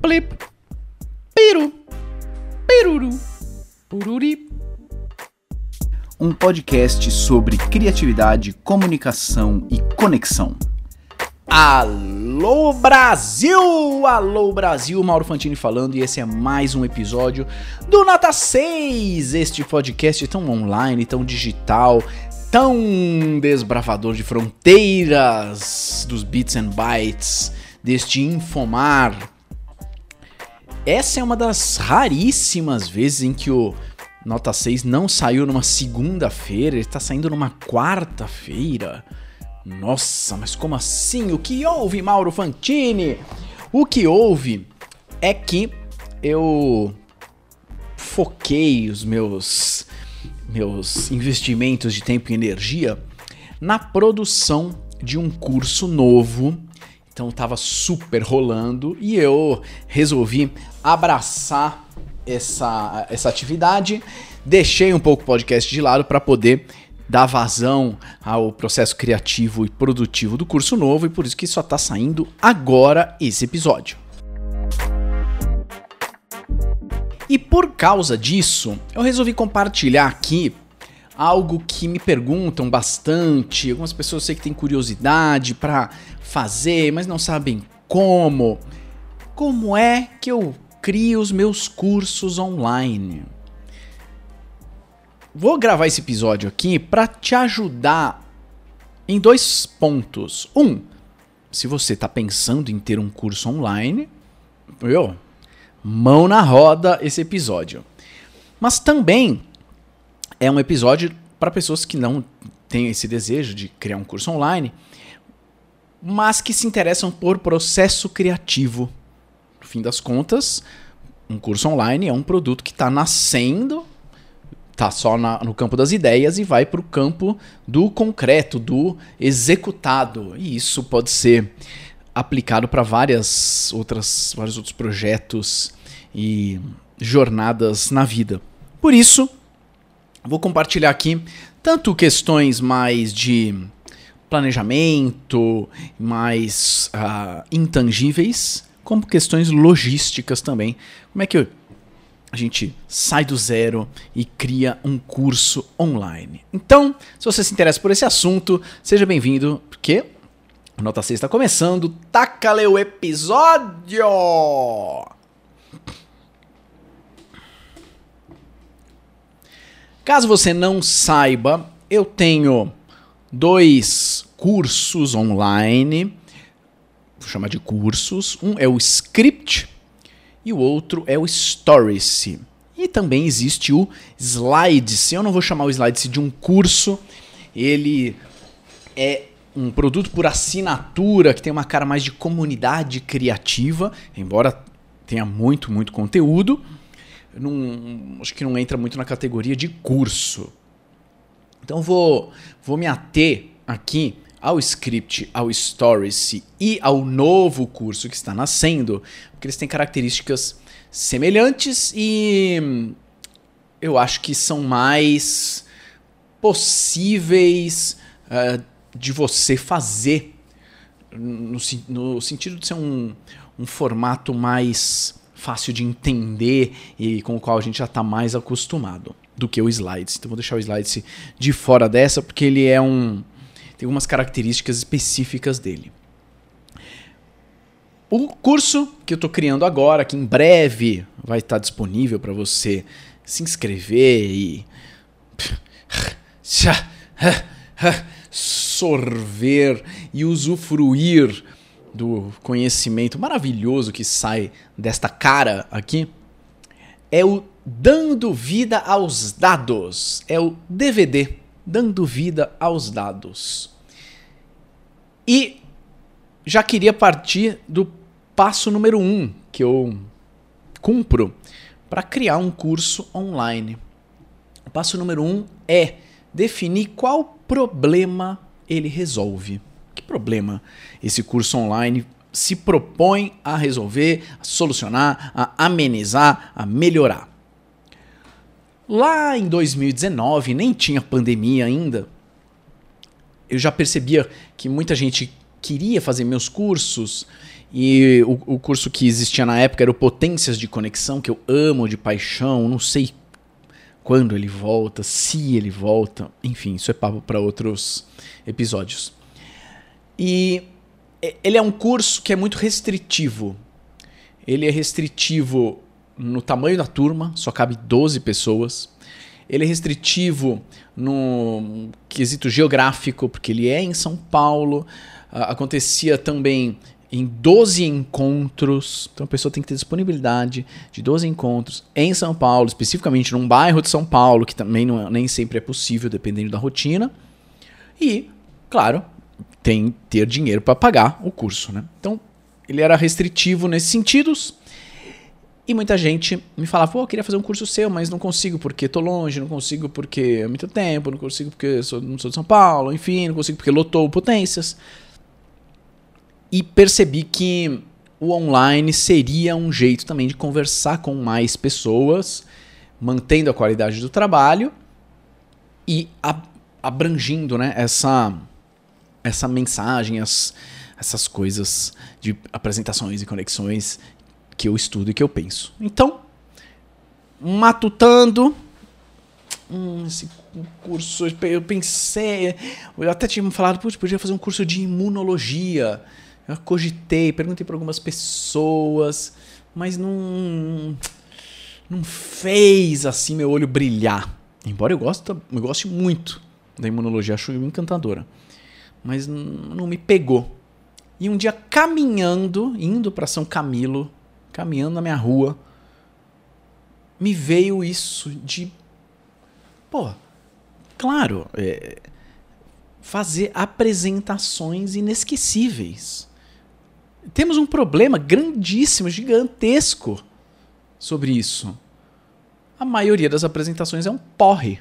Plip, piru, piruru, pururi. Um podcast sobre criatividade, comunicação e conexão. Alô Brasil! Alô Brasil, Mauro Fantini falando, e esse é mais um episódio do Nota 6, este podcast tão online, tão digital, tão desbravador de fronteiras dos bits and bytes, deste Infomar. Essa é uma das raríssimas vezes em que o Nota 6 não saiu numa segunda-feira, ele está saindo numa quarta-feira. Nossa, mas como assim? O que houve, Mauro Fantini? O que houve é que eu foquei os meus investimentos de tempo e energia na produção de um curso novo. Então estava super rolando e eu resolvi abraçar essa atividade. Deixei um pouco o podcast de lado para poder dar vazão ao processo criativo e produtivo do curso novo, e por isso que só está saindo agora esse episódio. E por causa disso, eu resolvi compartilhar aqui algo que me perguntam bastante. Algumas pessoas eu sei que têm curiosidade para fazer, mas não sabem como. Como é que eu crio os meus cursos online? Vou gravar esse episódio aqui para te ajudar em dois pontos. Se você está pensando em ter um curso online, mão na roda esse episódio. Mas também é um episódio para pessoas que não têm esse desejo de criar um curso online, mas que se interessam por processo criativo. No fim das contas, um curso online é um produto que está nascendo, está só no campo das ideias e vai para o campo do concreto, do executado. E isso pode ser aplicado para vários outros projetos e jornadas na vida. Por isso, vou compartilhar aqui tanto questões mais de planejamento, mais intangíveis, como questões logísticas também. Como é que a gente sai do zero e cria um curso online? Então, se você se interessa por esse assunto, seja bem-vindo, porque o Nota 6 está começando. Taca-lhe o episódio! Caso você não saiba, eu tenho 2 cursos online, vou chamar de cursos. Um é o Script e o outro é o Stories. E também existe o Slides. Eu não vou chamar o Slides de um curso, ele é um produto por assinatura que tem uma cara mais de comunidade criativa, embora tenha muito conteúdo. Acho que não entra muito na categoria de curso. Então vou me ater aqui ao Script, ao Stories e ao novo curso que está nascendo, porque eles têm características semelhantes e eu acho que são mais possíveis de você fazer, no sentido de ser um formato mais fácil de entender e com o qual a gente já está mais acostumado do que o Slides. Então vou deixar o Slides de fora dessa, porque ele tem algumas características específicas dele. O curso que eu estou criando agora, que em breve vai estar disponível para você se inscrever e sorver e usufruir do conhecimento maravilhoso que sai desta cara aqui, é o Dando Vida aos Dados. É o DVD, Dando Vida aos Dados. E já queria partir do passo número 1 que eu cumpro para criar um curso online. O passo número 1 é definir qual problema ele resolve. Que problema esse curso online se propõe a resolver, a solucionar, a amenizar, a melhorar? Lá em 2019, nem tinha pandemia ainda, eu já percebia que muita gente queria fazer meus cursos, e o curso que existia na época era o Potências de Conexão, que eu amo de paixão, não sei quando ele volta, se ele volta, enfim, isso é papo para outros episódios. E ele é um curso que é muito restritivo. Ele é restritivo no tamanho da turma, só cabe 12 pessoas. Ele é restritivo no quesito geográfico, porque ele é em São Paulo. Acontecia também em 12 encontros. Então a pessoa tem que ter disponibilidade de 12 encontros em São Paulo, especificamente num bairro de São Paulo, que também nem sempre é possível, dependendo da rotina. E, claro, tem que ter dinheiro para pagar o curso, né? Então, ele era restritivo nesses sentidos. E muita gente me falava, pô, eu queria fazer um curso seu, mas não consigo porque tô longe, não consigo porque é muito tempo, não consigo porque não sou de São Paulo, enfim, não consigo porque lotou Potências. E percebi que o online seria um jeito também de conversar com mais pessoas, mantendo a qualidade do trabalho e abrangindo, né, essa mensagem, essas coisas de apresentações e conexões que eu estudo e que eu penso. Então, matutando esse curso, eu pensei, eu até tinha falado, putz, podia fazer um curso de imunologia. Eu cogitei, perguntei para algumas pessoas, mas não fez assim meu olho brilhar. Embora eu goste muito da imunologia, acho encantadora. Mas não me pegou. E um dia caminhando, indo para São Camilo, caminhando na minha rua, me veio isso de... Pô, claro, fazer apresentações inesquecíveis. Temos um problema grandíssimo, gigantesco sobre isso. A maioria das apresentações é um porre.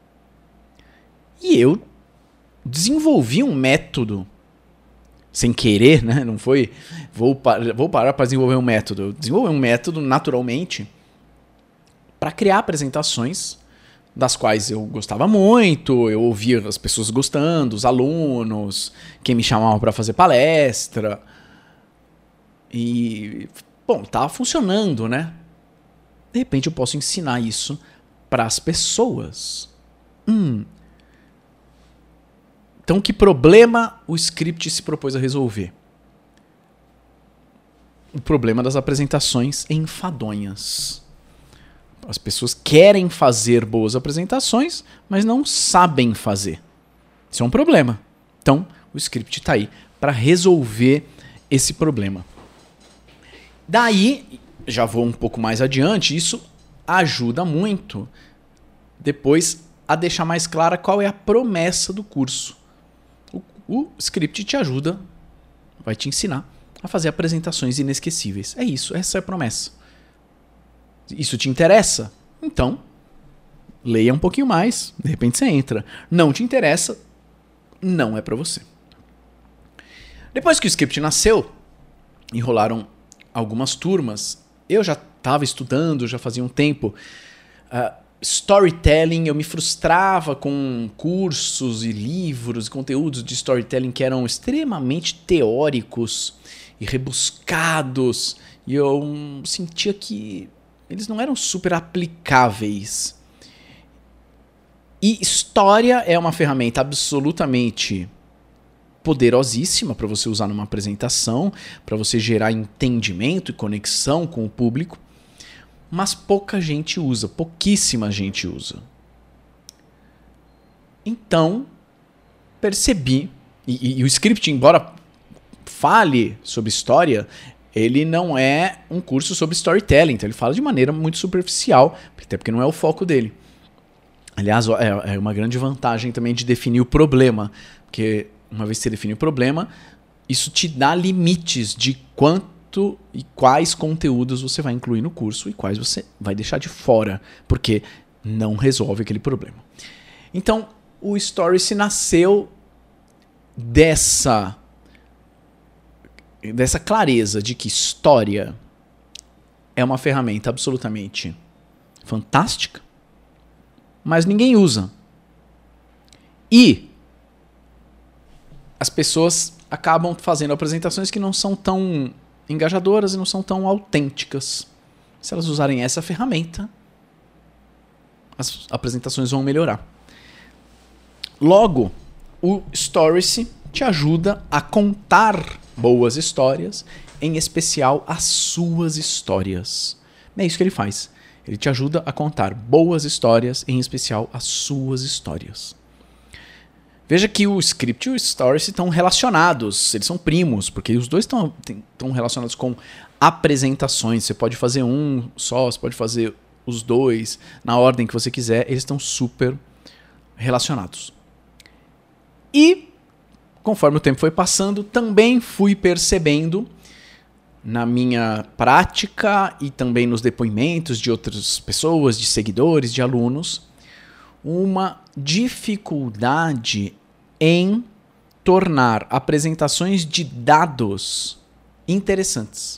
E eu desenvolvi um método, sem querer, né? Não foi, vou parar para desenvolver um método. Eu desenvolvi um método naturalmente para criar apresentações das quais eu gostava muito, eu ouvia as pessoas gostando, os alunos, quem me chamava para fazer palestra. E, bom, tava funcionando, né? De repente eu posso ensinar isso para as pessoas. Então, que problema o script se propôs a resolver? O problema das apresentações enfadonhas. As pessoas querem fazer boas apresentações, mas não sabem fazer. Isso é um problema. Então, o script está aí para resolver esse problema. Daí, já vou um pouco mais adiante, isso ajuda muito depois a deixar mais clara qual é a promessa do curso. O script te ajuda, vai te ensinar a fazer apresentações inesquecíveis. É isso, essa é a promessa. Isso te interessa? Então, leia um pouquinho mais, de repente você entra. Não te interessa, não é para você. Depois que o script nasceu, enrolaram algumas turmas, eu já estava estudando, já fazia um tempo. Storytelling, eu me frustrava com cursos e livros, conteúdos de storytelling que eram extremamente teóricos e rebuscados, e eu sentia que eles não eram super aplicáveis. E história é uma ferramenta absolutamente poderosíssima para você usar numa apresentação, para você gerar entendimento e conexão com o público, mas pouca gente usa, pouquíssima gente usa. Então, percebi, e o script, embora fale sobre história, ele não é um curso sobre storytelling, então ele fala de maneira muito superficial, até porque não é o foco dele. Aliás, é uma grande vantagem também de definir o problema, porque uma vez que você define o problema, isso te dá limites de quanto e quais conteúdos você vai incluir no curso e quais você vai deixar de fora, porque não resolve aquele problema. Então, o Storyce nasceu dessa clareza de que história é uma ferramenta absolutamente fantástica, mas ninguém usa. E as pessoas acabam fazendo apresentações que não são tão engajadoras e não são tão autênticas. Se elas usarem essa ferramenta, as apresentações vão melhorar. Logo, o Stories te ajuda a contar boas histórias, em especial as suas histórias. É isso que ele faz. Ele te ajuda a contar boas histórias, em especial as suas histórias. Veja que o script e o Stories estão relacionados, eles são primos, porque os dois estão relacionados com apresentações. Você pode fazer um só, você pode fazer os dois, na ordem que você quiser, eles estão super relacionados. E, conforme o tempo foi passando, também fui percebendo, na minha prática e também nos depoimentos de outras pessoas, de seguidores, de alunos, uma dificuldade em tornar apresentações de dados interessantes.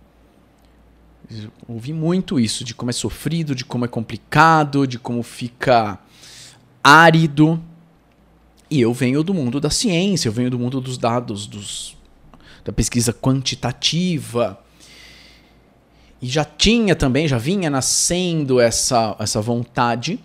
Eu ouvi muito isso, de como é sofrido, de como é complicado, de como fica árido. E eu venho do mundo da ciência, eu venho do mundo dos dados, da pesquisa quantitativa. E já vinha nascendo essa vontade,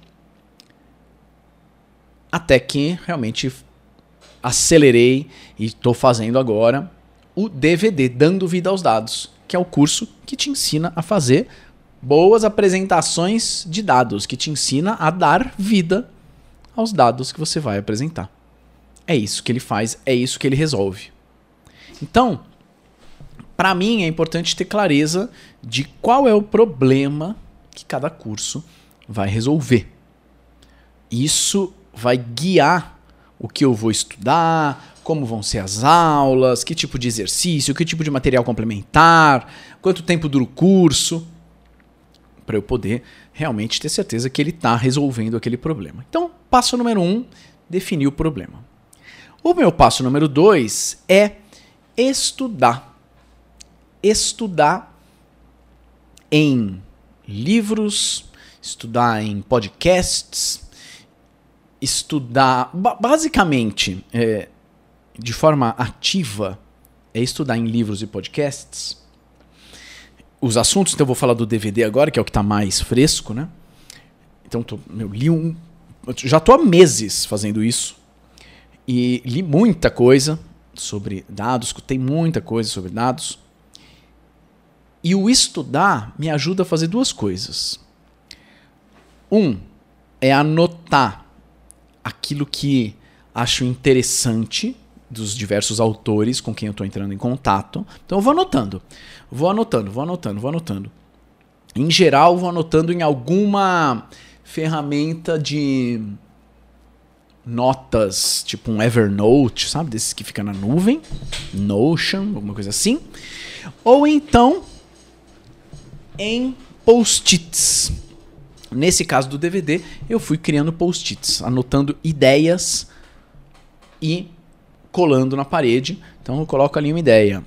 até que realmente acelerei e estou fazendo agora o DVD, Dando Vida aos Dados, que é o curso que te ensina a fazer boas apresentações de dados, que te ensina a dar vida aos dados que você vai apresentar. É isso que ele faz, é isso que ele resolve. Então, para mim é importante ter clareza de qual é o problema que cada curso vai resolver. Isso vai guiar o que eu vou estudar, como vão ser as aulas, que tipo de exercício, que tipo de material complementar, quanto tempo dura o curso, para eu poder realmente ter certeza que ele está resolvendo aquele problema. Então, passo número 1, definir o problema. O meu passo número 2 é estudar. Estudar em livros, estudar em podcasts, estudar, basicamente, de forma ativa, é estudar em livros e podcasts. Os assuntos, então eu vou falar do DVD agora, que é o que está mais fresco, né? Então já estou há meses fazendo isso e li muita coisa sobre dados, escutei muita coisa sobre dados. E o estudar me ajuda a fazer duas coisas. É anotar aquilo que acho interessante dos diversos autores com quem eu estou entrando em contato. Então eu vou anotando. Em geral, vou anotando em alguma ferramenta de notas, tipo um Evernote, sabe? Desses que fica na nuvem. Notion, alguma coisa assim. Ou então em post-its. Nesse caso do DVD, eu fui criando post-its, anotando ideias e colando na parede. Então eu coloco ali uma ideia.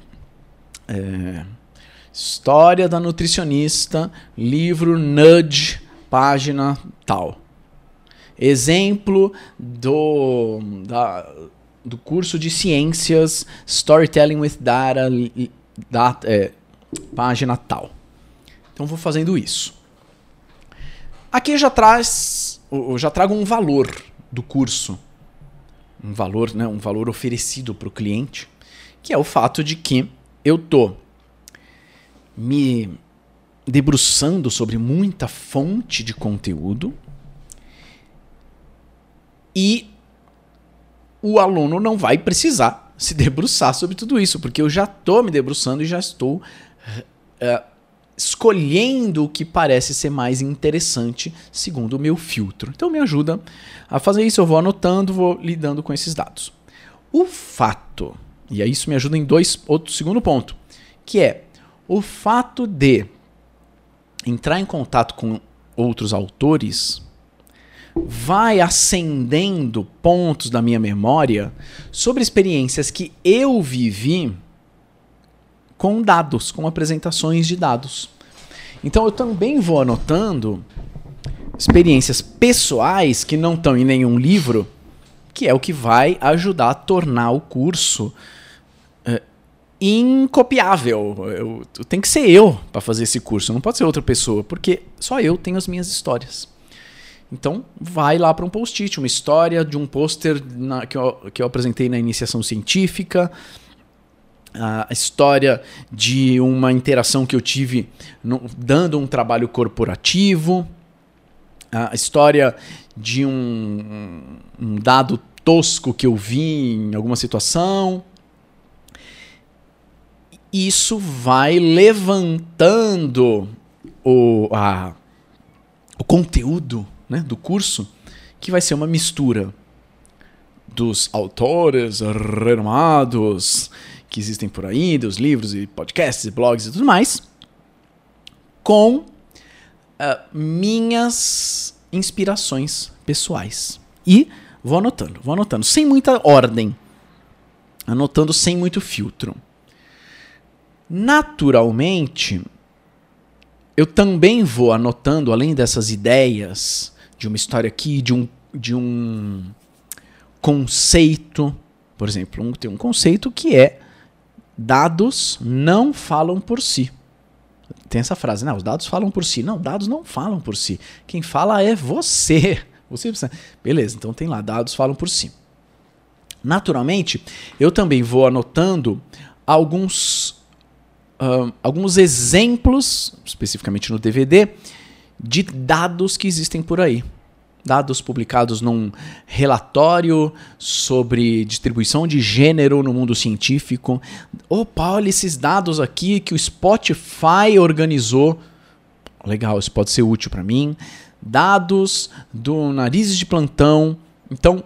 História da nutricionista, livro Nudge, página tal. Exemplo do curso de ciências, Storytelling with Data, página tal. Então vou fazendo isso. Aqui eu já trago um valor do curso. Um valor oferecido para o cliente, que é o fato de que eu estou me debruçando sobre muita fonte de conteúdo e o aluno não vai precisar se debruçar sobre tudo isso, porque eu já estou me debruçando e já estou escolhendo o que parece ser mais interessante segundo o meu filtro. Então me ajuda a fazer isso, eu vou anotando, vou lidando com esses dados. O fato, e aí isso me ajuda em outro segundo ponto, que é o fato de entrar em contato com outros autores vai acendendo pontos da minha memória sobre experiências que eu vivi com dados, com apresentações de dados. Então eu também vou anotando experiências pessoais que não estão em nenhum livro, que é o que vai ajudar a tornar o curso incopiável. Tem que ser eu para fazer esse curso, não pode ser outra pessoa, porque só eu tenho as minhas histórias. Então, vai lá para um post-it, uma história de um pôster que eu apresentei na iniciação científica, a história de uma interação que eu tive dando um trabalho corporativo, a história de um dado tosco que eu vi em alguma situação. Isso vai levantando o conteúdo, né, do curso, que vai ser uma mistura dos autores renomados que existem por aí, dos livros e podcasts e blogs e tudo mais, com minhas inspirações pessoais. E vou anotando, sem muita ordem, anotando sem muito filtro. Naturalmente, eu também vou anotando, além dessas ideias, de uma história aqui, de um conceito. Por exemplo, tem um conceito que é: dados não falam por si. Tem essa frase, né? Os dados falam por si. Não, dados não falam por si. Quem fala é você. Beleza, então tem lá, dados falam por si. Naturalmente, eu também vou anotando alguns exemplos, especificamente no DVD, de dados que existem por aí. Dados publicados num relatório sobre distribuição de gênero no mundo científico. Opa, olha esses dados aqui que o Spotify organizou. Legal, isso pode ser útil para mim. Dados do Narizes de Plantão. Então,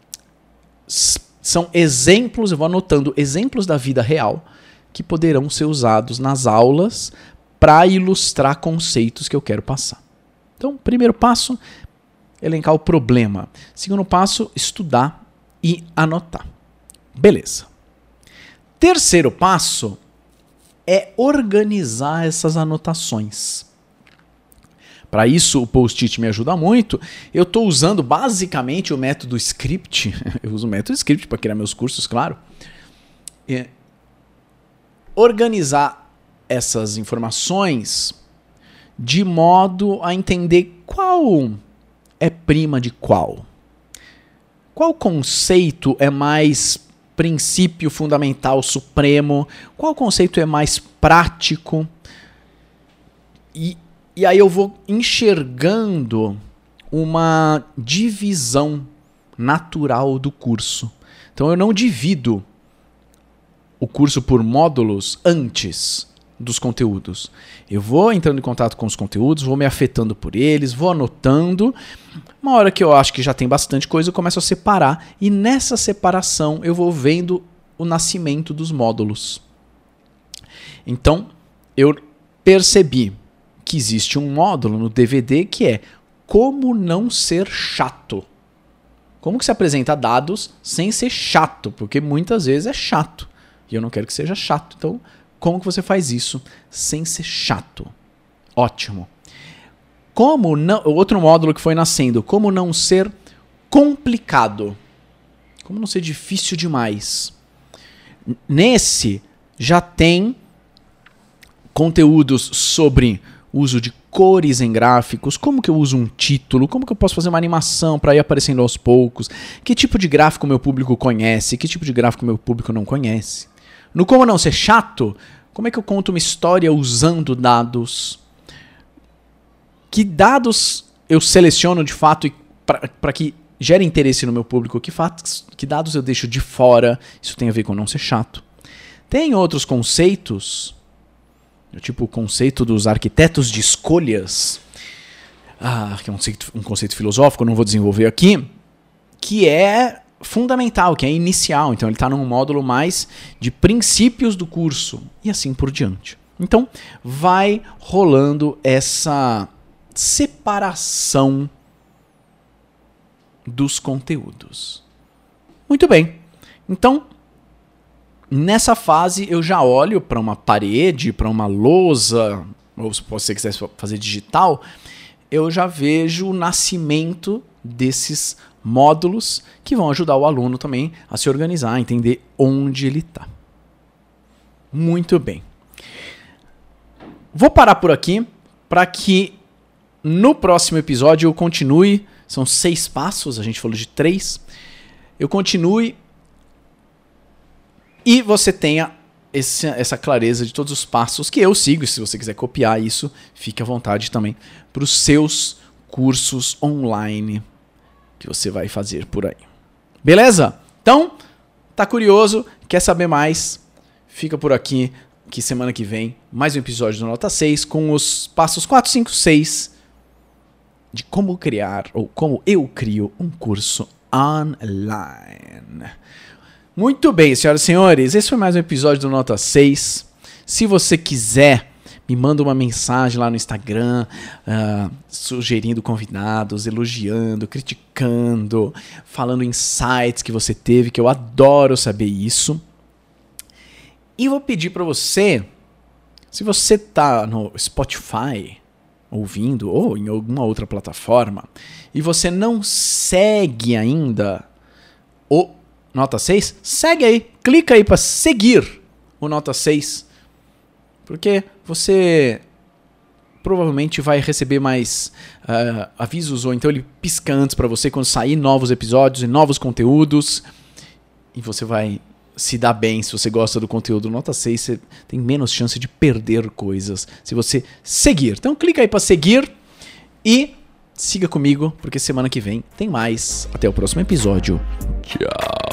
são exemplos, eu vou anotando exemplos da vida real que poderão ser usados nas aulas para ilustrar conceitos que eu quero passar. Então, primeiro passo, elencar o problema. Segundo passo, estudar e anotar. Beleza. Terceiro passo é organizar essas anotações. Para isso, o post-it me ajuda muito. Eu estou usando basicamente o método script. Eu uso o método script para criar meus cursos, claro. Organizar essas informações de modo a entender qual é prima de qual. Qual conceito é mais princípio fundamental supremo? Qual conceito é mais prático? E aí eu vou enxergando uma divisão natural do curso. Então eu não divido o curso por módulos antes dos conteúdos. Eu vou entrando em contato com os conteúdos, vou me afetando por eles, vou anotando. Uma hora que eu acho que já tem bastante coisa, eu começo a separar. E nessa separação eu vou vendo o nascimento dos módulos. Então, eu percebi que existe um módulo no DVD que é como não ser chato. Como que se apresenta dados sem ser chato? Porque muitas vezes é chato. E eu não quero que seja chato. Então, como que você faz isso sem ser chato? Ótimo. Como não, outro módulo que foi nascendo, como não ser complicado. Como não ser difícil demais. Nesse já tem conteúdos sobre uso de cores em gráficos, como que eu uso um título, como que eu posso fazer uma animação para ir aparecendo aos poucos, que tipo de gráfico meu público conhece, que tipo de gráfico meu público não conhece. No como não ser chato, como é que eu conto uma história usando dados? Que dados eu seleciono de fato para que gere interesse no meu público? Que dados eu deixo de fora? Isso tem a ver com não ser chato. Tem outros conceitos, tipo o conceito dos arquitetos de escolhas, que é um conceito filosófico, eu não vou desenvolver aqui, que é fundamental, que é inicial. Então ele está num módulo mais de princípios do curso e assim por diante. Então vai rolando essa separação dos conteúdos. Muito bem. Então, nessa fase eu já olho para uma parede, para uma lousa, ou se você quiser fazer digital, eu já vejo o nascimento desses módulos que vão ajudar o aluno também a se organizar, a entender onde ele está. Muito bem. Vou parar por aqui para que no próximo episódio eu continue. São 6 passos, a gente falou de 3. Eu continue e você tenha essa clareza de todos os passos que eu sigo. E se você quiser copiar isso, fique à vontade também para os seus cursos online que você vai fazer por aí. Beleza? Então, tá curioso? Quer saber mais? Fica por aqui, que semana que vem, mais um episódio do Nota 6 com os passos 4, 5, 6 de como criar ou como eu crio um curso online. Muito bem, senhoras e senhores, esse foi mais um episódio do Nota 6. Se você quiser, me manda uma mensagem lá no Instagram, sugerindo convidados, elogiando, criticando, falando insights que você teve, que eu adoro saber isso. E vou pedir para você, se você tá no Spotify ouvindo ou em alguma outra plataforma e você não segue ainda o Nota 6, segue aí, clica aí para seguir o Nota 6, porque você provavelmente vai receber mais avisos ou então ele pisca antes para você quando sair novos episódios e novos conteúdos, e você vai se dar bem. Se você gosta do conteúdo Nota 6, você tem menos chance de perder coisas se você seguir. Então clica aí para seguir e siga comigo, porque semana que vem tem mais. Até o próximo episódio. Tchau.